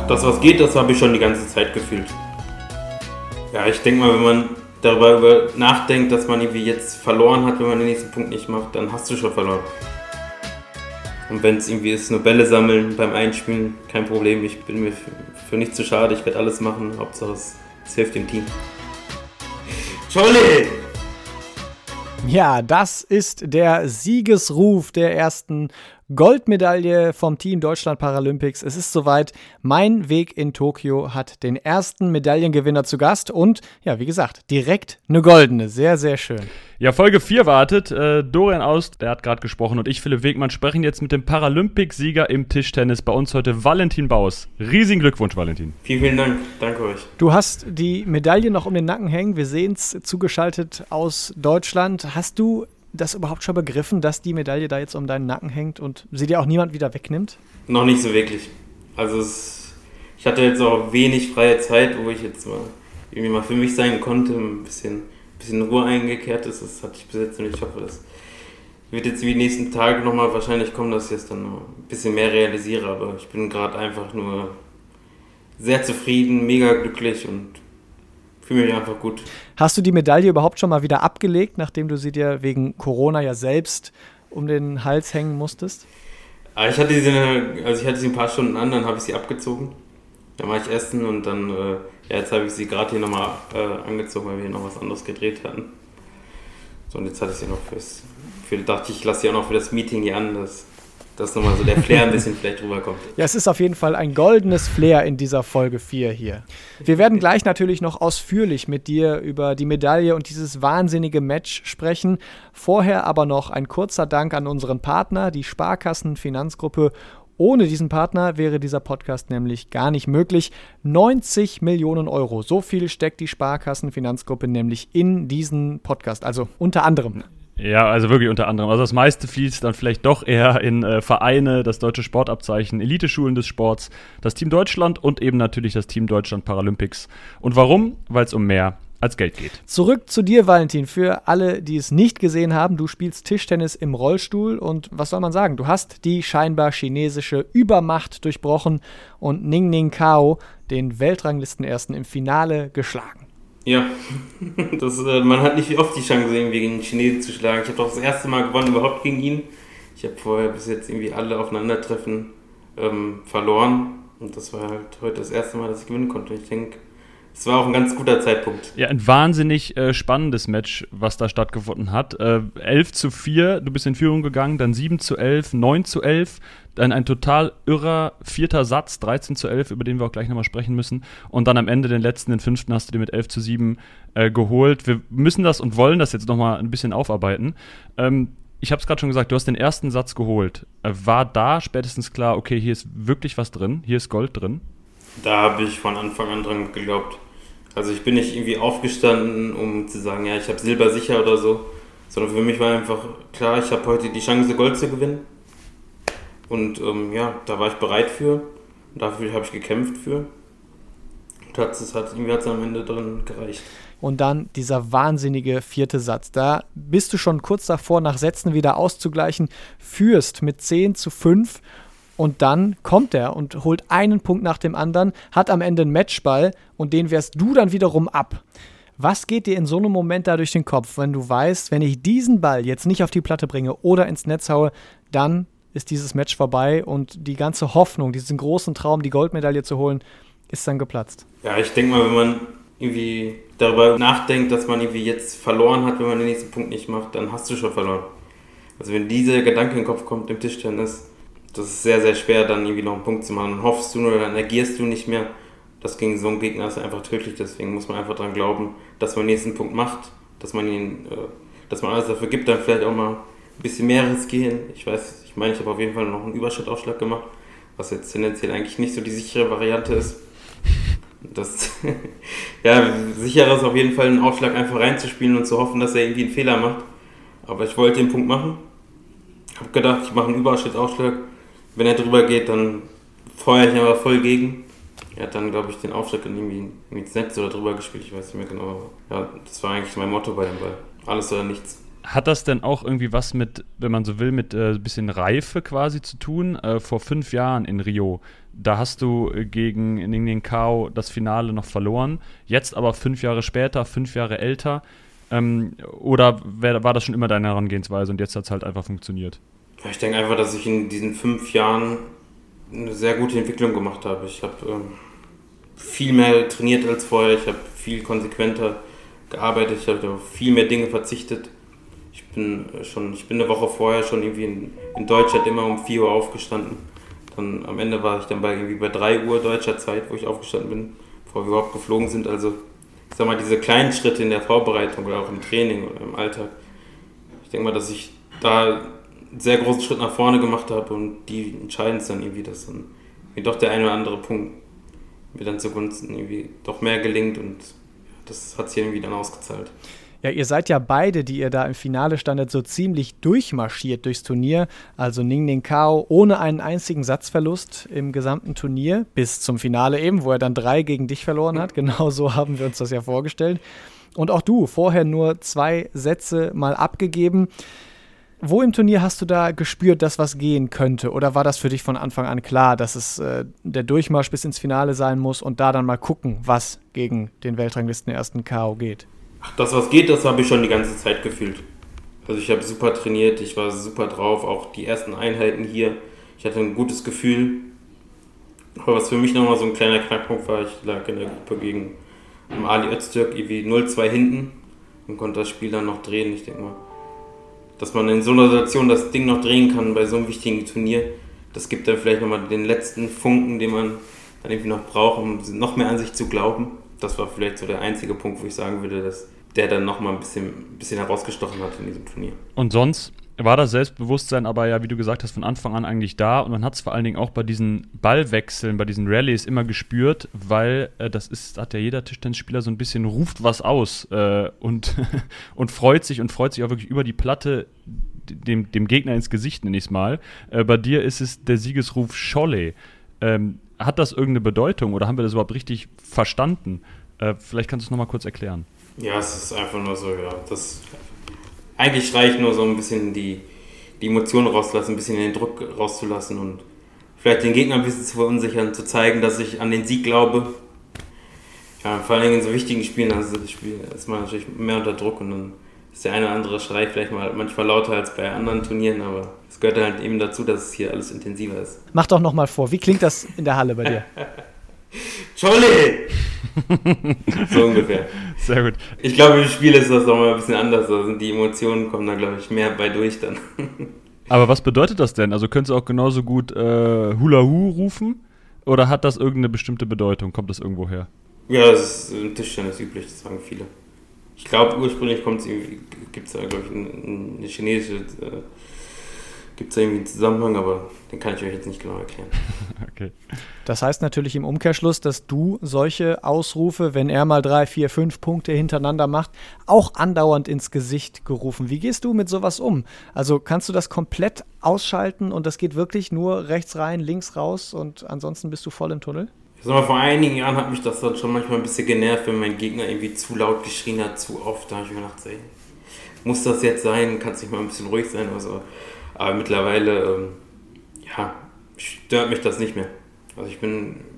das was geht, das habe ich schon die ganze Zeit gefühlt. Ja, ich denke mal, wenn man darüber nachdenkt, dass man irgendwie jetzt verloren hat, wenn man den nächsten Punkt nicht macht, dann hast du schon verloren. Und wenn es irgendwie ist, nur Bälle sammeln beim Einspielen, kein Problem. Ich bin mir für nichts zu schade, ich werde alles machen. Hauptsache es hilft dem Team. Scholle! Ja, das ist der Siegesruf der ersten Goldmedaille vom Team Deutschland Paralympics. Es ist soweit. Mein Weg in Tokio hat den ersten Medaillengewinner zu Gast und, ja, wie gesagt, direkt eine goldene. Sehr, sehr schön. Ja, Folge 4 wartet. Dorian Aust, der hat gerade gesprochen, und ich, Philipp Wegmann, sprechen jetzt mit dem Paralympicsieger im Tischtennis. Bei uns heute Valentin Baus. Riesigen Glückwunsch, Valentin. Vielen, vielen Dank. Danke euch. Du hast die Medaille noch um den Nacken hängen. Wir sehen es zugeschaltet aus Deutschland. Hast du das überhaupt schon begriffen, dass die Medaille da jetzt um deinen Nacken hängt und sie dir auch niemand wieder wegnimmt? Noch nicht so wirklich. Also ich hatte jetzt auch wenig freie Zeit, wo ich jetzt irgendwie mal für mich sein konnte, ein bisschen Ruhe eingekehrt ist. Das hatte ich bis jetzt noch nicht. Ich hoffe, das wird jetzt wie die nächsten Tage nochmal wahrscheinlich kommen, dass ich es dann noch ein bisschen mehr realisiere. Aber ich bin gerade einfach nur sehr zufrieden, mega glücklich und fühle mich einfach gut. Hast du die Medaille überhaupt schon mal wieder abgelegt, nachdem du sie dir wegen Corona ja selbst um den Hals hängen musstest? Ich hatte sie ein paar Stunden an, dann habe ich sie abgezogen. Dann war ich essen und dann, jetzt habe ich sie gerade hier nochmal angezogen, weil wir hier noch was anderes gedreht hatten. So, und jetzt hatte ich sie noch dachte ich lasse sie auch noch für das Meeting hier an, dass nochmal so der Flair ein bisschen vielleicht rüberkommt. Ja, es ist auf jeden Fall ein goldenes Flair in dieser Folge 4 hier. Wir werden gleich natürlich noch ausführlich mit dir über die Medaille und dieses wahnsinnige Match sprechen. Vorher aber noch ein kurzer Dank an unseren Partner, die Sparkassen-Finanzgruppe. Ohne diesen Partner wäre dieser Podcast nämlich gar nicht möglich. 90 Millionen Euro, so viel steckt die Sparkassen-Finanzgruppe nämlich in diesen Podcast, also unter anderem. Ja, also wirklich unter anderem. Also das meiste fließt dann vielleicht doch eher in Vereine, das deutsche Sportabzeichen, Eliteschulen des Sports, das Team Deutschland und eben natürlich das Team Deutschland Paralympics. Und warum? Weil es um mehr als Geld geht. Zurück zu dir, Valentin. Für alle, die es nicht gesehen haben, du spielst Tischtennis im Rollstuhl und was soll man sagen? Du hast die scheinbar chinesische Übermacht durchbrochen und Ning Ning Cao, den Weltranglistenersten, im Finale geschlagen. Ja, man hat nicht oft die Chance, irgendwie gegen den Chinesen zu schlagen. Ich habe doch das erste Mal gewonnen überhaupt gegen ihn. Ich habe vorher bis jetzt irgendwie alle Aufeinandertreffen verloren. Und das war halt heute das erste Mal, dass ich gewinnen konnte. Und ich denke, es war auch ein ganz guter Zeitpunkt. Ja, ein wahnsinnig spannendes Match, was da stattgefunden hat. 11:4, du bist in Führung gegangen, dann 7:11, 9:11, dann ein total irrer 4. Satz, 13:11, über den wir auch gleich nochmal sprechen müssen. Und dann am Ende den letzten, den 5. hast du dir mit 11:7 geholt. Wir müssen das und wollen das jetzt nochmal ein bisschen aufarbeiten. Ich habe es gerade schon gesagt, du hast den ersten Satz geholt. War da spätestens klar, okay, hier ist wirklich was drin, hier ist Gold drin? Da habe ich von Anfang an dran geglaubt. Also ich bin nicht irgendwie aufgestanden, um zu sagen, ja, ich habe Silber sicher oder so, sondern für mich war einfach klar, ich habe heute die Chance, Gold zu gewinnen. Und da war ich bereit für. Und dafür habe ich gekämpft für. Und irgendwie hat es am Ende drin gereicht. Und dann dieser wahnsinnige 4. Satz. Da bist du schon kurz davor, nach Sätzen wieder auszugleichen, führst mit 10:5. Und dann kommt er und holt einen Punkt nach dem anderen, hat am Ende einen Matchball und den wehrst du dann wiederum ab. Was geht dir in so einem Moment da durch den Kopf, wenn du weißt, wenn ich diesen Ball jetzt nicht auf die Platte bringe oder ins Netz haue, dann ist dieses Match vorbei und die ganze Hoffnung, diesen großen Traum, die Goldmedaille zu holen, ist dann geplatzt. Ja, ich denke mal, wenn man irgendwie darüber nachdenkt, dass man irgendwie jetzt verloren hat, wenn man den nächsten Punkt nicht macht, dann hast du schon verloren. Also wenn dieser Gedanke in den Kopf kommt im Tischtennis, das ist sehr, sehr schwer, dann irgendwie noch einen Punkt zu machen. Dann hoffst du nur, dann agierst du nicht mehr. Das gegen so einen Gegner ist einfach tödlich, deswegen muss man einfach daran glauben, dass man den nächsten Punkt macht, dass man alles dafür gibt, dann vielleicht auch mal ein bisschen mehr riskieren. Ich meine, ich habe auf jeden Fall noch einen Überschrittaufschlag gemacht, was jetzt tendenziell eigentlich nicht so die sichere Variante ist. Sicherer ist auf jeden Fall, einen Aufschlag einfach reinzuspielen und zu hoffen, dass er irgendwie einen Fehler macht. Aber ich wollte den Punkt machen. Habe gedacht, ich mache einen Überschrittaufschlag. Wenn er drüber geht, dann feuere ich aber voll gegen. Er hat dann, glaube ich, den Aufschlag irgendwie ins Netz oder drüber gespielt. Ich weiß nicht mehr genau. Ja, das war eigentlich mein Motto bei dem Ball. Alles oder nichts. Hat das denn auch irgendwie was mit, wenn man so will, mit ein bisschen Reife quasi zu tun? Vor 5 Jahren in Rio, da hast du gegen Ningning Cao das Finale noch verloren. Jetzt aber 5 Jahre später, 5 Jahre älter. Oder war das schon immer deine Herangehensweise und jetzt hat es halt einfach funktioniert? Ja, ich denke einfach, dass ich in diesen 5 Jahren eine sehr gute Entwicklung gemacht habe. Ich habe viel mehr trainiert als vorher, ich habe viel konsequenter gearbeitet, ich habe auf viel mehr Dinge verzichtet. Ich bin eine Woche vorher schon irgendwie in Deutschland immer um 4 Uhr aufgestanden. Dann am Ende war ich dann bei 3 Uhr deutscher Zeit, wo ich aufgestanden bin, bevor wir überhaupt geflogen sind. Also ich sag mal, diese kleinen Schritte in der Vorbereitung oder auch im Training oder im Alltag. Ich denke mal, dass ich da einen sehr großen Schritt nach vorne gemacht habe und die entscheiden es dann irgendwie, dass dann doch der eine oder andere Punkt mir dann zugunsten irgendwie doch mehr gelingt und das hat sich irgendwie dann ausgezahlt. Ja, ihr seid ja beide, die ihr da im Finale standet, so ziemlich durchmarschiert durchs Turnier. Also Ningning Cao ohne einen einzigen Satzverlust im gesamten Turnier bis zum Finale eben, wo er dann 3 gegen dich verloren hat. Genau so haben wir uns das ja vorgestellt. Und auch du, vorher nur 2 Sätze mal abgegeben. Wo im Turnier hast du da gespürt, dass was gehen könnte? Oder war das für dich von Anfang an klar, dass es der Durchmarsch bis ins Finale sein muss und da dann mal gucken, was gegen den Weltranglisten ersten Cao geht? Das, was geht, das habe ich schon die ganze Zeit gefühlt. Also ich habe super trainiert, ich war super drauf, auch die ersten Einheiten hier. Ich hatte ein gutes Gefühl. Aber was für mich nochmal so ein kleiner Knackpunkt war, ich lag in der Gruppe gegen Ali Öztürk irgendwie 0-2 hinten und konnte das Spiel dann noch drehen. Ich denke mal, dass man in so einer Situation das Ding noch drehen kann bei so einem wichtigen Turnier, das gibt dann vielleicht nochmal den letzten Funken, den man dann irgendwie noch braucht, um noch mehr an sich zu glauben. Das war vielleicht so der einzige Punkt, wo ich sagen würde, dass der dann nochmal ein bisschen herausgestochen hat in diesem Turnier. Und sonst war das Selbstbewusstsein aber ja, wie du gesagt hast, von Anfang an eigentlich da und man hat es vor allen Dingen auch bei diesen Ballwechseln, bei diesen Rallyes immer gespürt, weil hat ja jeder Tischtennisspieler so ein bisschen, ruft was aus und freut sich auch wirklich über die Platte dem Gegner ins Gesicht, nenne ich es mal. Bei dir ist es der Siegesruf Scholle. Hat das irgendeine Bedeutung oder haben wir das überhaupt richtig verstanden? Vielleicht kannst du es nochmal kurz erklären. Ja, es ist einfach nur so, ja. Eigentlich reicht nur so ein bisschen die Emotionen rauszulassen, ein bisschen den Druck rauszulassen und vielleicht den Gegner ein bisschen zu verunsichern, zu zeigen, dass ich an den Sieg glaube. Ja, vor allem in so wichtigen Spielen, also das Spiel ist man natürlich mehr unter Druck und dann ist der eine oder andere Schrei vielleicht mal manchmal lauter als bei anderen Turnieren, aber es gehört halt eben dazu, dass es hier alles intensiver ist. Mach doch nochmal vor, wie klingt das in der Halle bei dir? Scholle! So ungefähr. Sehr gut. Ich glaube, im Spiel ist das nochmal ein bisschen anders. Also die Emotionen kommen da, glaube ich, mehr bei durch dann. Aber was bedeutet das denn? Also könntest du auch genauso gut Hula Hu rufen? Oder hat das irgendeine bestimmte Bedeutung? Kommt das irgendwo her? Ja, das ist im Tischtennis üblich, das sagen viele. Ich glaube, ursprünglich gibt es da, glaube ich, eine chinesische, gibt es da irgendwie einen Zusammenhang, aber den kann ich euch jetzt nicht genau erklären. Okay. Das heißt natürlich im Umkehrschluss, dass du solche Ausrufe, wenn er mal 3, 4, 5 Punkte hintereinander macht, auch andauernd ins Gesicht gerufen. Wie gehst du mit sowas um? Also kannst du das komplett ausschalten und das geht wirklich nur rechts rein, links raus und ansonsten bist du voll im Tunnel? Ich sag mal, vor einigen Jahren hat mich das dann schon manchmal ein bisschen genervt, wenn mein Gegner irgendwie zu laut geschrien hat, zu oft. Da habe ich mir gedacht, ey, muss das jetzt sein? Kannst nicht mal ein bisschen ruhig sein oder so. Aber mittlerweile, stört mich das nicht mehr. Also ich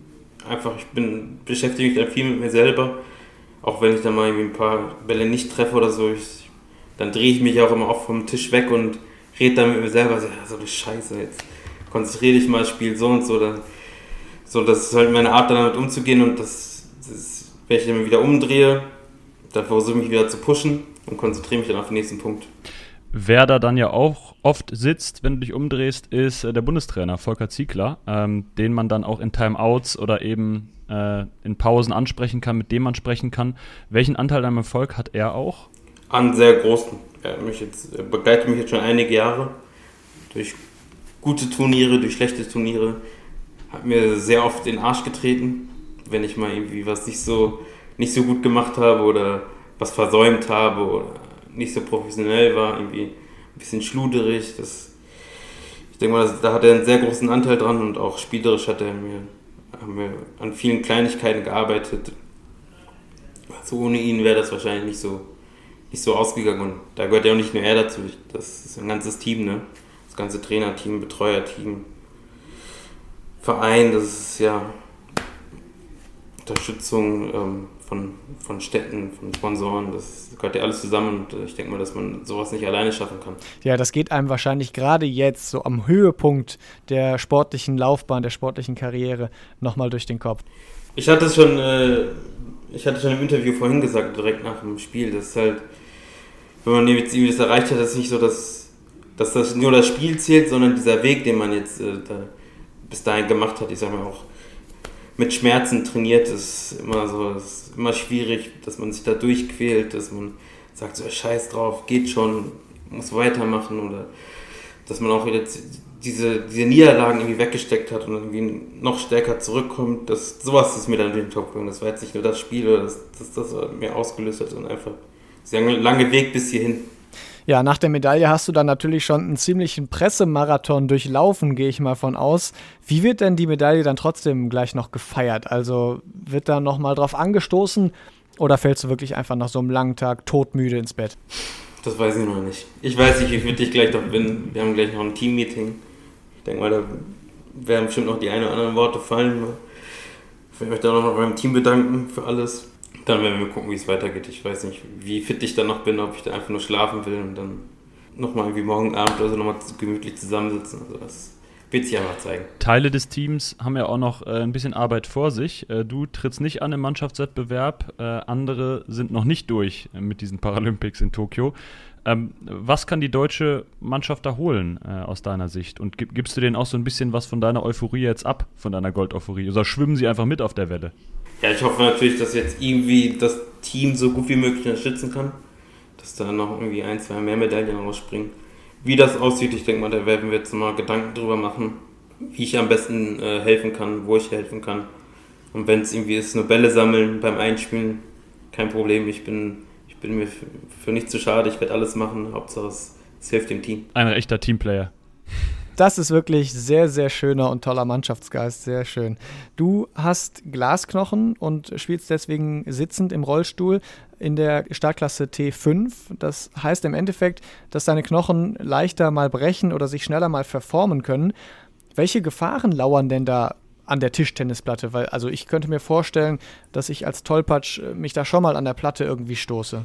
beschäftige mich dann viel mit mir selber. Auch wenn ich dann mal irgendwie ein paar Bälle nicht treffe oder so, dann drehe ich mich auch immer oft vom Tisch weg und rede dann mit mir selber, so eine Scheiße, jetzt konzentriere dich mal, spiel so und so. So, das ist halt meine Art, damit umzugehen und das wenn ich dann wieder umdrehe, dann versuche ich mich wieder zu pushen und konzentriere mich dann auf den nächsten Punkt. Wer da dann ja auch oft sitzt, wenn du dich umdrehst, ist der Bundestrainer Volker Ziegler, den man dann auch in Timeouts oder eben in Pausen ansprechen kann, mit dem man sprechen kann. Welchen Anteil am Erfolg hat er auch? An sehr großen. Er begleitet mich jetzt schon einige Jahre durch gute Turniere, durch schlechte Turniere. Hat mir sehr oft in den Arsch getreten, wenn ich mal irgendwie was nicht so gut gemacht habe oder was versäumt habe oder nicht so professionell war, irgendwie ein bisschen schluderig. Ich denke mal, da hat er einen sehr großen Anteil dran und auch spielerisch haben wir an vielen Kleinigkeiten gearbeitet. Also ohne ihn wäre das wahrscheinlich nicht so ausgegangen. Und da gehört ja auch nicht nur er dazu. Das ist ein ganzes Team, ne? Das ganze Trainerteam, Betreuerteam, Verein, das ist ja Unterstützung von Städten, von Sponsoren, das gehört ja alles zusammen und ich denke mal, dass man sowas nicht alleine schaffen kann. Ja, das geht einem wahrscheinlich gerade jetzt, so am Höhepunkt der sportlichen Laufbahn, der sportlichen Karriere, nochmal durch den Kopf. Ich hatte schon im Interview vorhin gesagt, direkt nach dem Spiel, dass halt, wenn man jetzt irgendwie das erreicht hat, dass nicht so, dass das nur das Spiel zählt, sondern dieser Weg, den man jetzt bis dahin gemacht hat, ich sag mal auch, mit Schmerzen trainiert, ist immer schwierig, dass man sich da durchquält, dass man sagt, so scheiß drauf, geht schon, muss weitermachen oder dass man auch jetzt diese Niederlagen irgendwie weggesteckt hat und irgendwie noch stärker zurückkommt, sowas ist mir dann durch den Kopf gegangen. Das war jetzt nicht nur das Spiel oder das mir ausgelöst hat, sondern einfach dieser lange Weg bis hierhin. Ja, nach der Medaille hast du dann natürlich schon einen ziemlichen Pressemarathon durchlaufen, gehe ich mal von aus. Wie wird denn die Medaille dann trotzdem gleich noch gefeiert? Also wird da nochmal drauf angestoßen oder fällst du wirklich einfach nach so einem langen Tag todmüde ins Bett? Das weiß ich noch nicht. Ich weiß nicht, wie fit ich gleich noch bin. Wir haben gleich noch ein Team-Meeting. Ich denke mal, da werden bestimmt noch die ein oder anderen Worte fallen. Ich werde mich dann noch beim Team bedanken für alles. Dann werden wir gucken, wie es weitergeht. Ich weiß nicht, wie fit ich dann noch bin, ob ich da einfach nur schlafen will und dann nochmal irgendwie morgen Abend oder so nochmal gemütlich zusammensitzen. Also das wird sich einfach zeigen. Teile des Teams haben ja auch noch ein bisschen Arbeit vor sich. Du trittst nicht an im Mannschaftswettbewerb, andere sind noch nicht durch mit diesen Paralympics in Tokio. Was kann die deutsche Mannschaft da holen aus deiner Sicht? Und gibst du denen auch so ein bisschen was von deiner Euphorie jetzt ab, von deiner Gold-Euphorie? Oder schwimmen sie einfach mit auf der Welle? Ja, ich hoffe natürlich, dass jetzt irgendwie das Team so gut wie möglich unterstützen kann, dass da noch irgendwie 1-2 mehr Medaillen rausspringen. Wie das aussieht, ich denke mal, da werden wir jetzt mal Gedanken drüber machen, wie ich am besten helfen kann, wo ich helfen kann. Und wenn es irgendwie ist, nur Bälle sammeln beim Einspielen, kein Problem, ich bin mir für nichts zu schade, ich werde alles machen, Hauptsache es hilft dem Team. Ein echter Teamplayer. Das ist wirklich sehr, sehr schöner und toller Mannschaftsgeist, sehr schön. Du hast Glasknochen und spielst deswegen sitzend im Rollstuhl in der Startklasse T5. Das heißt im Endeffekt, dass deine Knochen leichter mal brechen oder sich schneller mal verformen können. Welche Gefahren lauern denn da an der Tischtennisplatte? Weil, also ich könnte mir vorstellen, dass ich als Tollpatsch mich da schon mal an der Platte irgendwie stoße.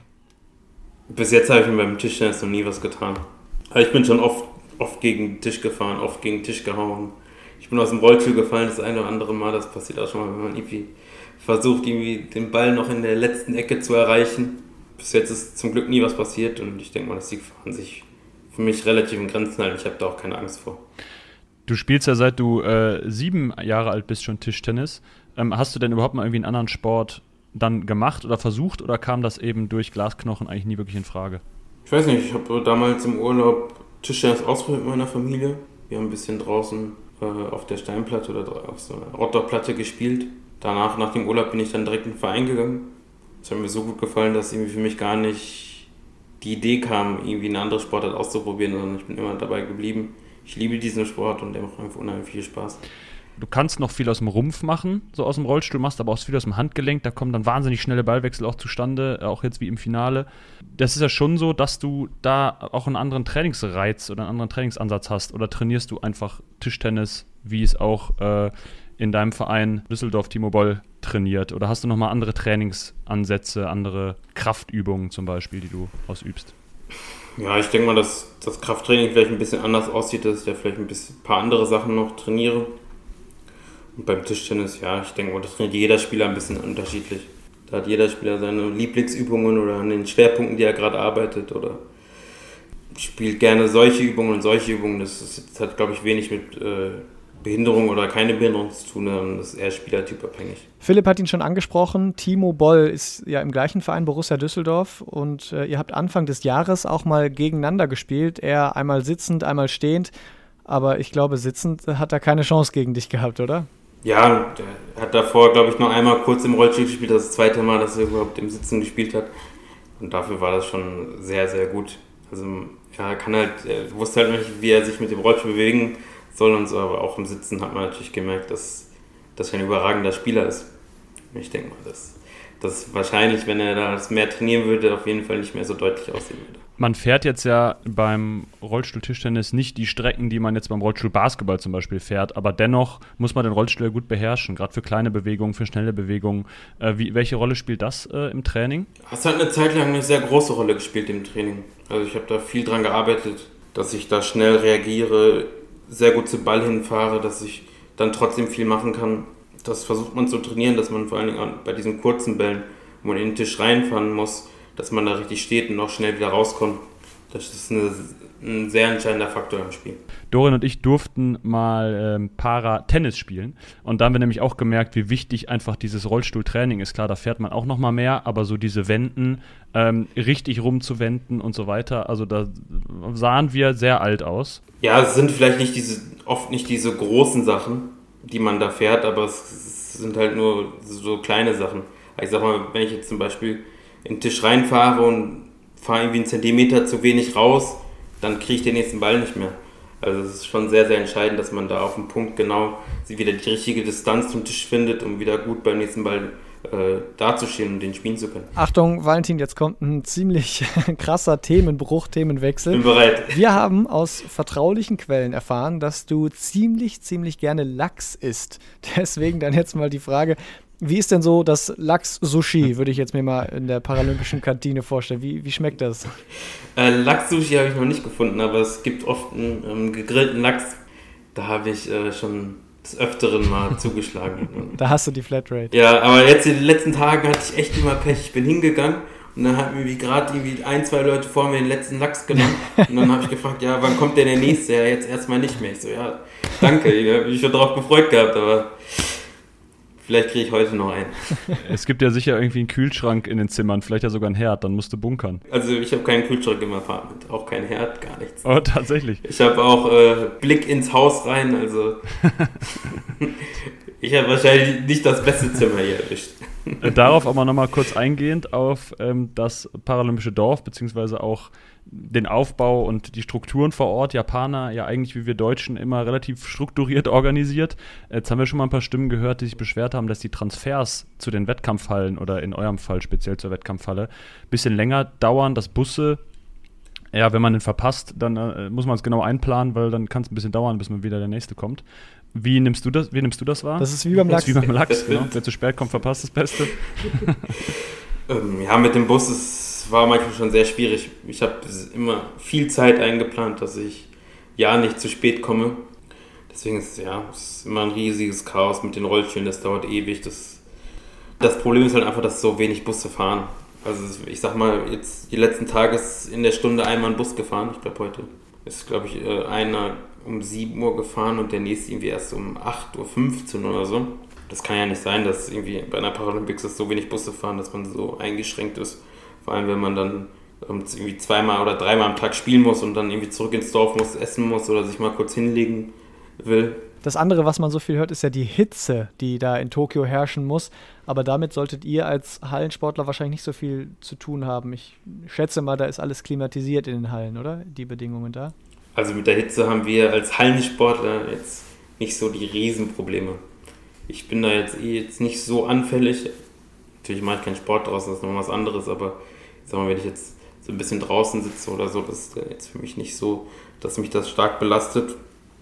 Bis jetzt habe ich mir beim Tischtennis noch nie was getan. Aber ich bin schon oft gegen den Tisch gefahren, oft gegen den Tisch gehauen. Ich bin aus dem Rollstuhl gefallen, das eine oder andere Mal. Das passiert auch schon mal, wenn man irgendwie versucht, den Ball noch in der letzten Ecke zu erreichen. Bis jetzt ist zum Glück nie was passiert und ich denke mal, dass die Gefahren sich für mich relativ in Grenzen halten. Ich habe da auch keine Angst vor. Du spielst ja seit du 7 Jahre alt bist schon Tischtennis. Hast du denn überhaupt mal irgendwie einen anderen Sport dann gemacht oder versucht oder kam das eben durch Glasknochen eigentlich nie wirklich in Frage? Ich weiß nicht, ich habe damals im Urlaub Tischtennis ausprobiert mit meiner Familie. Wir haben ein bisschen draußen auf der Steinplatte oder auf so einer Outdoor-Platte gespielt. Danach, nach dem Urlaub, bin ich dann direkt in den Verein gegangen. Es hat mir so gut gefallen, dass irgendwie für mich gar nicht die Idee kam, irgendwie eine andere Sportart auszuprobieren, sondern ich bin immer dabei geblieben. Ich liebe diesen Sport und der macht einfach unheimlich viel Spaß. Du kannst noch viel aus dem Rumpf machen, so aus dem Rollstuhl, machst aber auch viel aus dem Handgelenk, da kommen dann wahnsinnig schnelle Ballwechsel auch zustande, auch jetzt wie im Finale. Das ist ja schon so, dass du da auch einen anderen Trainingsreiz oder einen anderen Trainingsansatz hast oder trainierst du einfach Tischtennis, wie es auch in deinem Verein Düsseldorf Timo Boll trainiert oder hast du nochmal andere Trainingsansätze, andere Kraftübungen zum Beispiel, die du ausübst? Ja, ich denke mal, dass das Krafttraining vielleicht ein bisschen anders aussieht, dass ich da vielleicht ein paar andere Sachen noch trainiere. Und beim Tischtennis, ja, ich denke mal, das trainiert jeder Spieler ein bisschen unterschiedlich. Da hat jeder Spieler seine Lieblingsübungen oder an den Schwerpunkten, die er gerade arbeitet oder spielt gerne solche Übungen und solche Übungen. Das hat, glaube ich, wenig mit Behinderung oder keine Behinderung zu tun, sondern das ist eher spielertypabhängig. Philipp hat ihn schon angesprochen, Timo Boll ist ja im gleichen Verein Borussia Düsseldorf und ihr habt Anfang des Jahres auch mal gegeneinander gespielt, er einmal sitzend, einmal stehend, aber ich glaube, sitzend hat er keine Chance gegen dich gehabt, oder? Ja, der hat davor, glaube ich, noch einmal kurz im Rollstuhl gespielt, das zweite Mal, dass er überhaupt im Sitzen gespielt hat und dafür war das schon sehr, sehr gut. Also ja, er wusste halt nicht, wie er sich mit dem Rollstuhl bewegen soll und so, aber auch im Sitzen hat man natürlich gemerkt, dass er ein überragender Spieler ist. Ich denke mal, dass wahrscheinlich, wenn er das mehr trainieren würde, auf jeden Fall nicht mehr so deutlich aussehen würde. Man fährt jetzt ja beim Rollstuhl-Tischtennis nicht die Strecken, die man jetzt beim Rollstuhl-Basketball zum Beispiel fährt, aber dennoch muss man den Rollstuhl gut beherrschen, gerade für kleine Bewegungen, für schnelle Bewegungen. Welche Rolle spielt das im Training? Es hat eine Zeit lang eine sehr große Rolle gespielt im Training. Also ich habe da viel dran gearbeitet, dass ich da schnell reagiere, sehr gut zum Ball hinfahre, dass ich dann trotzdem viel machen kann. Das versucht man zu trainieren, dass man vor allen Dingen bei diesen kurzen Bällen, wo man in den Tisch reinfahren muss, dass man da richtig steht und auch schnell wieder rauskommt. Das ist ein sehr entscheidender Faktor im Spiel. Dorian und ich durften mal Para-Tennis spielen und da haben wir nämlich auch gemerkt, wie wichtig einfach dieses Rollstuhltraining ist. Klar, da fährt man auch nochmal mehr, aber so diese Wenden, richtig rumzuwenden und so weiter, also da sahen wir sehr alt aus. Ja, es sind vielleicht oft nicht diese großen Sachen, die man da fährt, aber es sind halt nur so kleine Sachen. Ich sag mal, wenn ich jetzt zum Beispiel in den Tisch reinfahre und fahre irgendwie einen Zentimeter zu wenig raus, dann kriege ich den nächsten Ball nicht mehr. Also es ist schon sehr, sehr entscheidend, dass man da auf dem Punkt genau wieder die richtige Distanz zum Tisch findet, um wieder gut beim nächsten Ball dazustehen und den spielen zu können. Achtung, Valentin, jetzt kommt ein ziemlich krasser Themenwechsel. Bin bereit. Wir haben aus vertraulichen Quellen erfahren, dass du ziemlich gerne Lachs isst. Deswegen dann jetzt mal die Frage, wie ist denn so das Lachs-Sushi, würde ich jetzt mir mal in der paralympischen Kantine vorstellen. Wie schmeckt das? Lachs-Sushi habe ich noch nicht gefunden, aber es gibt oft einen gegrillten Lachs. Da habe ich schon des Öfteren mal zugeschlagen. Da hast du die Flatrate. Ja, aber jetzt in den letzten Tagen hatte ich echt immer Pech. Ich bin hingegangen und dann hatten mir gerade ein, zwei Leute vor mir den letzten Lachs genommen. Und dann habe ich gefragt, ja, wann kommt denn der nächste? Ja, jetzt erstmal nicht mehr. Ich so, ja, danke, ich habe mich schon darauf gefreut gehabt, aber vielleicht kriege ich heute noch einen. Es gibt ja sicher irgendwie einen Kühlschrank in den Zimmern, vielleicht ja sogar einen Herd, dann musst du bunkern. Also ich habe keinen Kühlschrank im Apartment, auch kein Herd, gar nichts. Oh, tatsächlich. Ich habe auch Blick ins Haus rein, also ich habe wahrscheinlich nicht das beste Zimmer hier erwischt. Darauf aber nochmal kurz eingehend auf das paralympische Dorf, beziehungsweise auch den Aufbau und die Strukturen vor Ort. Japaner, ja eigentlich wie wir Deutschen, immer relativ strukturiert organisiert. Jetzt haben wir schon mal ein paar Stimmen gehört, die sich beschwert haben, dass die Transfers zu den Wettkampfhallen oder in eurem Fall speziell zur Wettkampfhalle ein bisschen länger dauern, dass Busse, ja, wenn man den verpasst, dann muss man es genau einplanen, weil dann kann es ein bisschen dauern, bis man wieder der Nächste kommt. Wie nimmst du das wahr? Das ist wie beim Lachs. Das ist wie beim Lachs, genau. Wer zu spät kommt, verpasst das Beste. Ja, mit dem Bus, es war manchmal schon sehr schwierig. Ich habe immer viel Zeit eingeplant, dass ich ja nicht zu spät komme. Deswegen ist es immer ein riesiges Chaos mit den Rollstühlen, das dauert ewig. Das Problem ist halt einfach, dass so wenig Busse fahren. Also ich sag mal, jetzt die letzten Tage ist in der Stunde einmal ein Bus gefahren. Ich glaube, heute ist, einer um 7 Uhr gefahren und der nächste irgendwie erst um 8.15 Uhr oder so. Das kann ja nicht sein, dass irgendwie bei einer Paralympics so wenig Busse fahren, dass man so eingeschränkt ist. Vor allem, wenn man dann irgendwie 2-mal oder 3-mal am Tag spielen muss und dann irgendwie zurück ins Dorf muss, essen muss oder sich mal kurz hinlegen will. Das andere, was man so viel hört, ist ja die Hitze, die da in Tokio herrschen muss. Aber damit solltet ihr als Hallensportler wahrscheinlich nicht so viel zu tun haben. Ich schätze mal, da ist alles klimatisiert in den Hallen, oder? Die Bedingungen da? Also mit der Hitze haben wir als Hallensportler jetzt nicht so die Riesenprobleme. Ich bin da jetzt nicht so anfällig. Natürlich mache ich keinen Sport draußen, das ist noch was anderes, aber ich sag mal, wenn ich jetzt so ein bisschen draußen sitze oder so, das ist jetzt für mich nicht so, dass mich das stark belastet.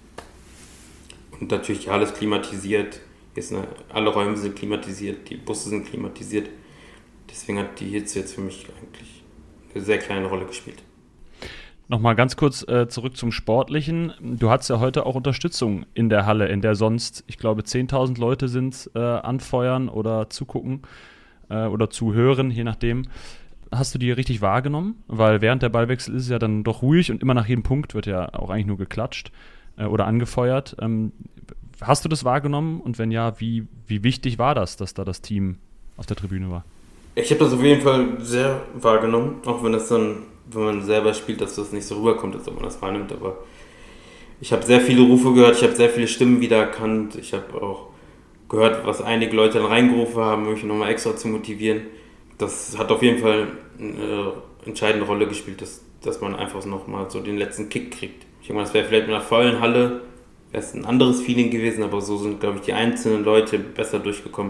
Und natürlich alles klimatisiert. Alle Räume sind klimatisiert, die Busse sind klimatisiert. Deswegen hat die Hitze jetzt für mich eigentlich eine sehr kleine Rolle gespielt. Nochmal ganz kurz zurück zum Sportlichen. Du hattest ja heute auch Unterstützung in der Halle, in der sonst, ich glaube, 10.000 Leute sind anfeuern oder zugucken oder zuhören, je nachdem. Hast du die richtig wahrgenommen? Weil während der Ballwechsel ist es ja dann doch ruhig und immer nach jedem Punkt wird ja auch eigentlich nur geklatscht oder angefeuert. Hast du das wahrgenommen? Und wenn ja, wie wichtig war das, dass da das Team auf der Tribüne war? Ich habe das auf jeden Fall sehr wahrgenommen, auch wenn das dann, wenn man selber spielt, dass das nicht so rüberkommt, als ob man das wahrnimmt. Aber ich habe sehr viele Rufe gehört, ich habe sehr viele Stimmen wiedererkannt. Ich habe auch gehört, was einige Leute dann reingerufen haben, um mich nochmal extra zu motivieren. Das hat auf jeden Fall eine entscheidende Rolle gespielt, dass man einfach nochmal so den letzten Kick kriegt. Ich denke mal, das wäre vielleicht mit einer vollen Halle wäre es ein anderes Feeling gewesen, aber so sind, glaube ich, die einzelnen Leute besser durchgekommen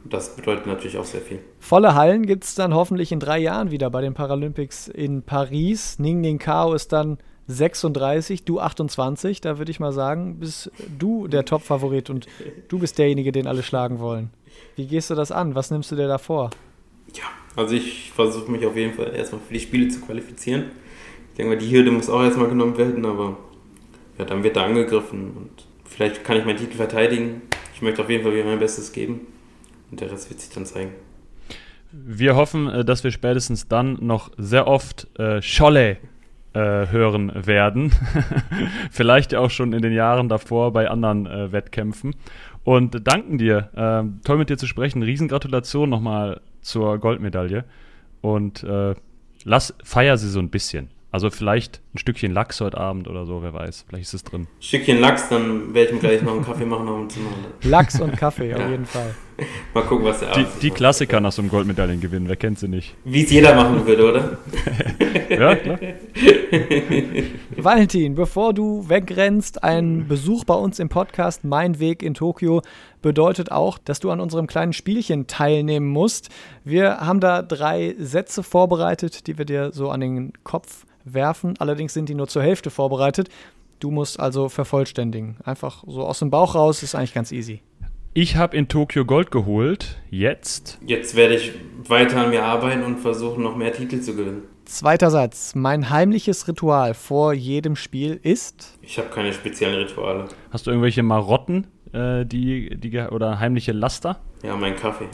Das bedeutet natürlich auch sehr viel. Volle Hallen gibt es dann hoffentlich in 3 Jahren wieder bei den Paralympics in Paris. Ning Kao ist dann 36, du 28. Da würde ich mal sagen, bist du der Top-Favorit und du bist derjenige, den alle schlagen wollen. Wie gehst du das an? Was nimmst du dir da vor? Ja, also ich versuche mich auf jeden Fall erstmal für die Spiele zu qualifizieren. Ich denke mal, die Hürde muss auch erstmal genommen werden, aber ja, dann wird da angegriffen und vielleicht kann ich meinen Titel verteidigen. Ich möchte auf jeden Fall wieder mein Bestes geben und der Rest wird sich dann zeigen. Wir hoffen, dass wir spätestens dann noch sehr oft Scholle hören werden. Vielleicht auch schon in den Jahren davor bei anderen Wettkämpfen. Und danken dir. Toll mit dir zu sprechen. Riesengratulation nochmal zur Goldmedaille. Und feier sie so ein bisschen. Also vielleicht ein Stückchen Lachs heute Abend oder so, wer weiß. Vielleicht ist es drin. Ein Stückchen Lachs, dann werde ich mir gleich noch einen Kaffee machen auf dem Zimmer. Lachs und Kaffee, auf jeden Fall. Mal gucken, was der Abend Die Klassiker nach so einem Goldmedaillengewinn, wer kennt sie nicht? Wie es jeder machen würde, oder? Ja, klar. Valentin, bevor du wegrennst, ein Besuch bei uns im Podcast Mein Weg in Tokio bedeutet auch, dass du an unserem kleinen Spielchen teilnehmen musst. Wir haben da 3 Sätze vorbereitet, die wir dir so an den Kopf werfen. Allerdings sind die nur zur Hälfte vorbereitet. Du musst also vervollständigen. Einfach so aus dem Bauch raus, ist eigentlich ganz easy. Ich habe in Tokio Gold geholt. Jetzt werde ich weiter an mir arbeiten und versuchen, noch mehr Titel zu gewinnen. 2. Satz. Mein heimliches Ritual vor jedem Spiel ist? Ich habe keine speziellen Rituale. Hast du irgendwelche Marotten oder heimliche Laster? Ja, mein Kaffee.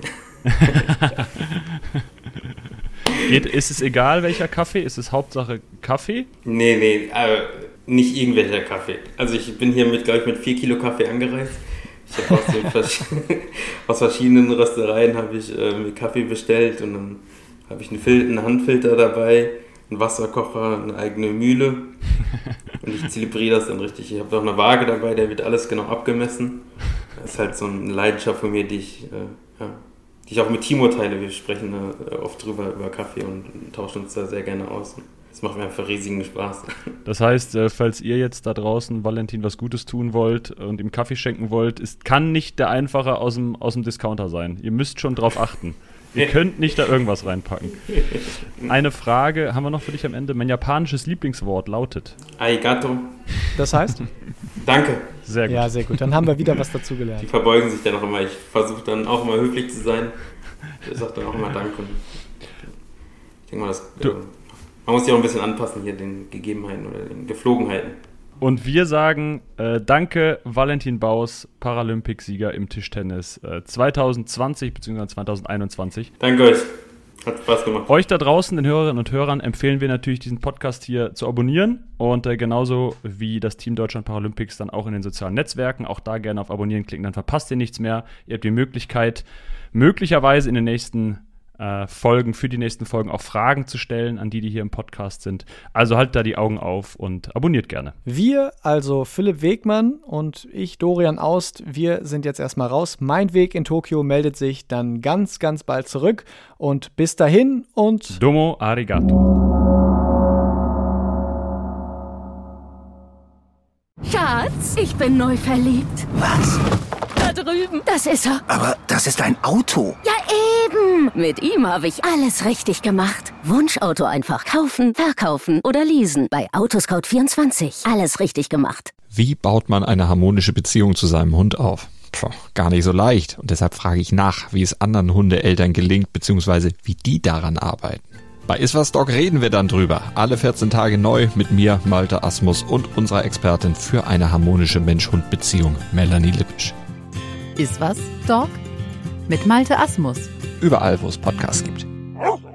Ist es egal, welcher Kaffee? Ist es Hauptsache Kaffee? Nee, nicht irgendwelcher Kaffee. Also ich bin hier mit 4 Kilo Kaffee angereist. Ich habe aus verschiedenen Röstereien habe ich mir Kaffee bestellt und dann habe ich einen Handfilter dabei, einen Wasserkocher, eine eigene Mühle und ich zelebriere das dann richtig. Ich habe auch eine Waage dabei, der wird alles genau abgemessen. Das ist halt so eine Leidenschaft von mir, die ich auch mit Timo teile. Wir sprechen oft drüber über Kaffee und tauschen uns da sehr gerne aus. Das macht mir einfach riesigen Spaß. Das heißt, falls ihr jetzt da draußen Valentin was Gutes tun wollt und ihm Kaffee schenken wollt, kann nicht der einfache aus dem Discounter sein. Ihr müsst schon drauf achten. Ihr könnt nicht da irgendwas reinpacken. Eine Frage haben wir noch für dich am Ende. Mein japanisches Lieblingswort lautet? Arigato. Das heißt? Danke. Sehr gut. Ja, sehr gut. Dann haben wir wieder was dazu gelernt. Die verbeugen sich dann auch immer. Ich versuche dann auch immer höflich zu sein. Ich sage dann auch immer Danke. Ich denke mal, man muss sich auch ein bisschen anpassen hier den Gegebenheiten oder den Geflogenheiten. Und wir sagen danke Valentin Baus, Paralympicsieger im Tischtennis 2020 bzw. 2021. Danke euch. Hat Spaß gemacht. Euch da draußen, den Hörerinnen und Hörern, empfehlen wir natürlich, diesen Podcast hier zu abonnieren und genauso wie das Team Deutschland Paralympics dann auch in den sozialen Netzwerken. Auch da gerne auf Abonnieren klicken, dann verpasst ihr nichts mehr. Ihr habt die Möglichkeit, möglicherweise in den nächsten für die nächsten Folgen auch Fragen zu stellen an die hier im Podcast sind. Also haltet da die Augen auf und abonniert gerne. Wir, also Philipp Wegmann und ich, Dorian Aust, wir sind jetzt erstmal raus. Mein Weg in Tokio meldet sich dann ganz, ganz bald zurück. Und bis dahin und Domo arigato. Schatz, ich bin neu verliebt. Was? Da drüben. Das ist er. Aber das ist ein Auto. Ja, eben. Mit ihm habe ich alles richtig gemacht. Wunschauto einfach kaufen, verkaufen oder leasen. Bei Autoscout24. Alles richtig gemacht. Wie baut man eine harmonische Beziehung zu seinem Hund auf? Gar nicht so leicht. Und deshalb frage ich nach, wie es anderen Hundeeltern gelingt, beziehungsweise wie die daran arbeiten. Bei Iswas Dog reden wir dann drüber. Alle 14 Tage neu mit mir, Malte Asmus und unserer Expertin für eine harmonische Mensch-Hund-Beziehung, Melanie Lippisch. Iswas Dog mit Malte Asmus. Überall, wo es Podcasts gibt.